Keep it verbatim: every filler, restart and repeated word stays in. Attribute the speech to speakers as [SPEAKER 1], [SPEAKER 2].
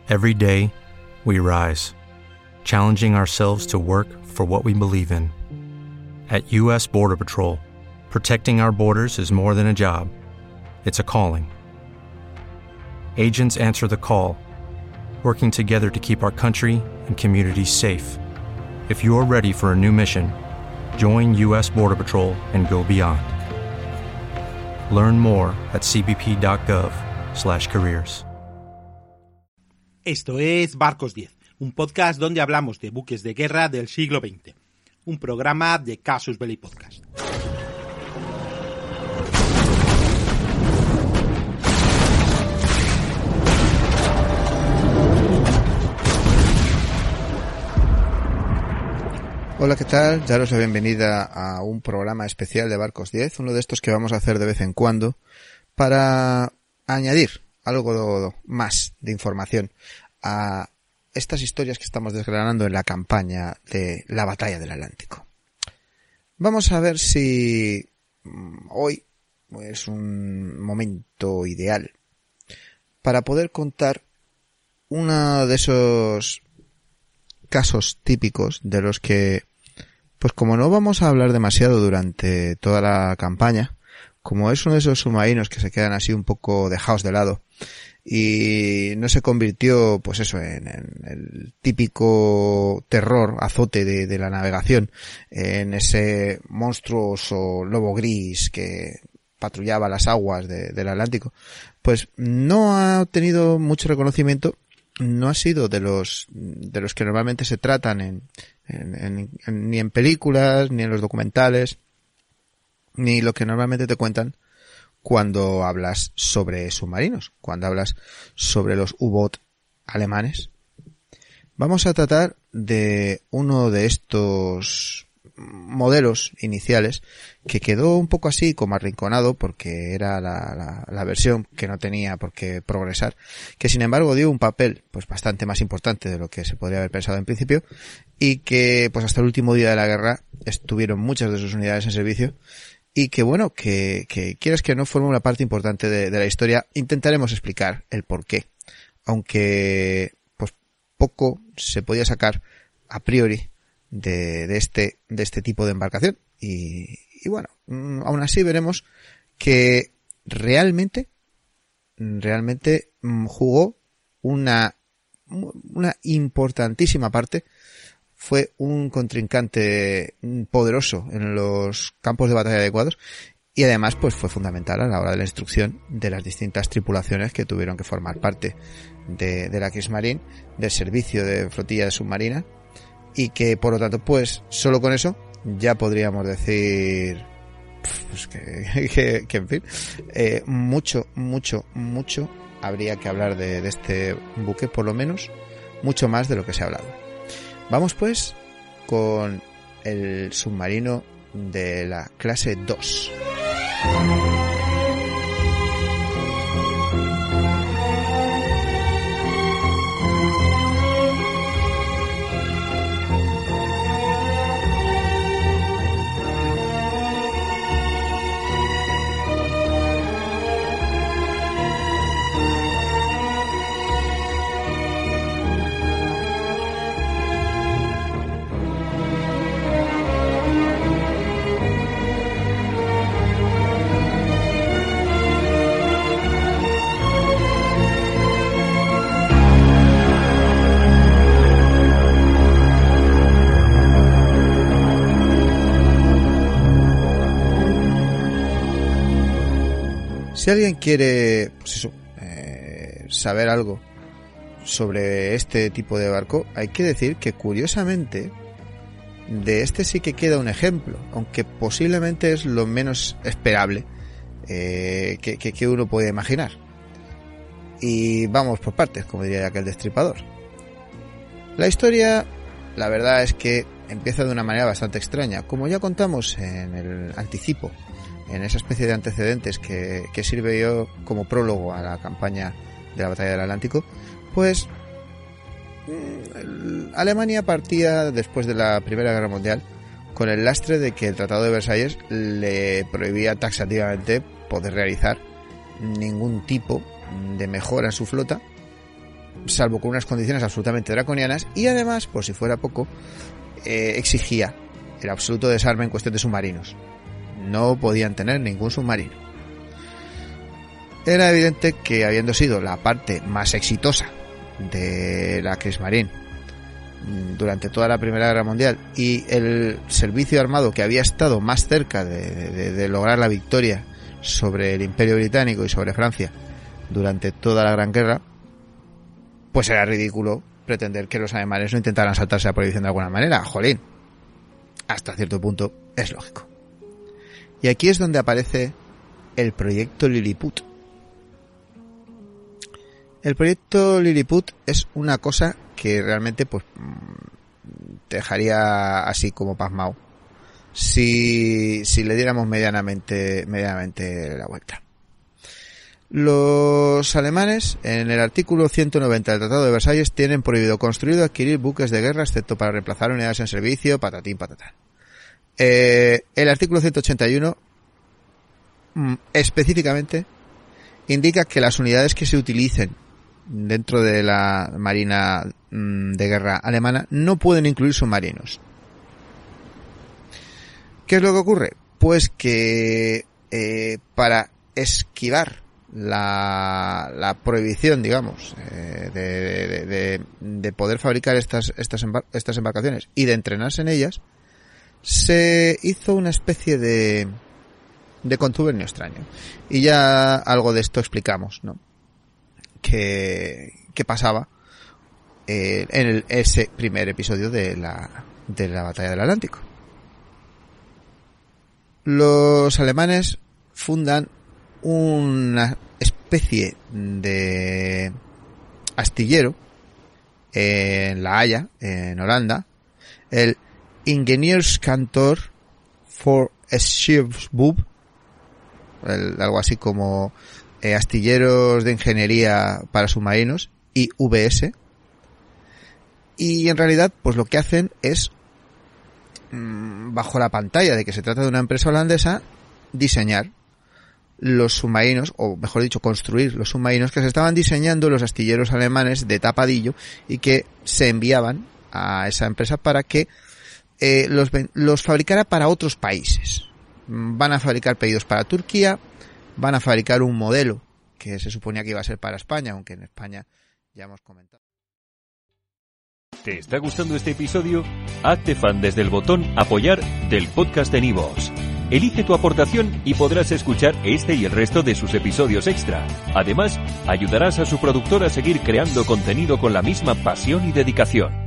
[SPEAKER 1] Every day, we rise, challenging ourselves to work for what we believe in. At U S Border Patrol, protecting our borders is more than a job. It's a calling. Agents answer the call, working together to keep our country and communities safe. If you're ready for a new mission, join U S Border Patrol and go beyond. Learn more at c b p dot gov slash careers.
[SPEAKER 2] Esto es Barcos diez, un podcast donde hablamos de buques de guerra del siglo veinte. Un programa de Casus Belli Podcast.
[SPEAKER 3] Hola, ¿qué tal? Ya os doy la bienvenida a un programa especial de Barcos diez, uno de estos que vamos a hacer de vez en cuando para añadir algo más de información a estas historias que estamos desgranando en la campaña de la Batalla del Atlántico. Vamos a ver si hoy es un momento ideal para poder contar uno de esos casos típicos de los que, pues como no vamos a hablar demasiado durante toda la campaña, como es uno de esos submarinos que se quedan así un poco dejados de lado y no se convirtió, pues eso, en, en el típico terror, azote de, de la navegación, en ese monstruoso lobo gris que patrullaba las aguas de, del Atlántico, pues no ha obtenido mucho reconocimiento. No ha sido de los de los que normalmente se tratan en, en, en, en ni en películas, ni en los documentales, ni lo que normalmente te cuentan cuando hablas sobre submarinos, cuando hablas sobre los U-Boot alemanes. Vamos a tratar de uno de estos modelos iniciales que quedó un poco así como arrinconado porque era la, la, la versión que no tenía por qué progresar, que sin embargo dio un papel pues bastante más importante de lo que se podría haber pensado en principio y que pues hasta el último día de la guerra estuvieron muchas de sus unidades en servicio y que bueno, que, que quieras que no forma una parte importante de, de la historia. Intentaremos explicar el porqué, aunque pues poco se podía sacar a priori de, de este de este tipo de embarcación y, y bueno, aún así veremos que realmente realmente jugó una una importantísima parte. Fue un contrincante poderoso en los campos de batalla adecuados y además pues fue fundamental a la hora de la instrucción de las distintas tripulaciones que tuvieron que formar parte de, de la Kriegsmarine, del servicio de flotilla submarina, y que por lo tanto pues solo con eso ya podríamos decir pues que, que, que en fin eh, mucho mucho mucho habría que hablar de, de este buque, por lo menos mucho más de lo que se ha hablado. Vamos pues con el submarino de la clase dos. Si alguien quiere, pues eso, eh, saber algo sobre este tipo de barco, hay que decir que curiosamente de este sí que queda un ejemplo, aunque posiblemente es lo menos esperable eh, que, que, que uno puede imaginar. Y vamos por partes, como diría aquel destripador. La historia, la verdad es que empieza de una manera bastante extraña. Como ya contamos en el anticipo, en esa especie de antecedentes que, que sirve yo como prólogo a la campaña de la Batalla del Atlántico, pues Alemania partía después de la Primera Guerra Mundial con el lastre de que el Tratado de Versalles le prohibía taxativamente poder realizar ningún tipo de mejora en su flota salvo con unas condiciones absolutamente draconianas, y además, por si fuera poco, eh, exigía el absoluto desarme en cuestión de submarinos. No podían tener ningún submarino. Era evidente que, habiendo sido la parte más exitosa de la Kriegsmarine durante toda la Primera Guerra Mundial y el servicio armado que había estado más cerca de, de, de lograr la victoria sobre el Imperio Británico y sobre Francia durante toda la Gran Guerra, pues era ridículo pretender que los alemanes no intentaran saltarse la prohibición de alguna manera. Jolín, hasta cierto punto es lógico. Y aquí es donde aparece el proyecto Lilliput. El proyecto Lilliput es una cosa que realmente pues te dejaría así como pasmado si, si le diéramos medianamente, medianamente la vuelta. Los alemanes, en el artículo ciento noventa del Tratado de Versalles, tienen prohibido construir o adquirir buques de guerra, excepto para reemplazar unidades en servicio, patatín, patatán. Eh, el artículo ciento ochenta y uno mm, específicamente indica que las unidades que se utilicen dentro de la marina mm, de guerra alemana no pueden incluir submarinos. ¿Qué es lo que ocurre? Pues que eh, para esquivar la, la prohibición, digamos, eh, de, de, de, de poder fabricar estas, estas, embar- estas embarcaciones y de entrenarse en ellas, se hizo una especie de, de contubernio extraño. Y ya algo de esto explicamos, ¿no? Que, que pasaba eh, en el, ese primer episodio de la, de la batalla del Atlántico. Los alemanes fundan una especie de astillero en La Haya, en Holanda, el Ingenieurskantor voor Scheepsbouw, algo así como eh, astilleros de ingeniería para submarinos, I V S, y en realidad pues lo que hacen es, mmm, bajo la pantalla de que se trata de una empresa holandesa, diseñar los submarinos, o mejor dicho, construir los submarinos que se estaban diseñando los astilleros alemanes de tapadillo y que se enviaban a esa empresa para que eh, los, los fabricara para otros países. Van a fabricar pedidos para Turquía, van a fabricar un modelo que se suponía que iba a ser para España, aunque en España ya hemos comentado.
[SPEAKER 4] ¿Te está gustando este episodio? Hazte fan desde el botón Apoyar del podcast de iVoox. Elige tu aportación y podrás escuchar este y el resto de sus episodios extra. Además, ayudarás a su productor a seguir creando contenido con la misma pasión y dedicación.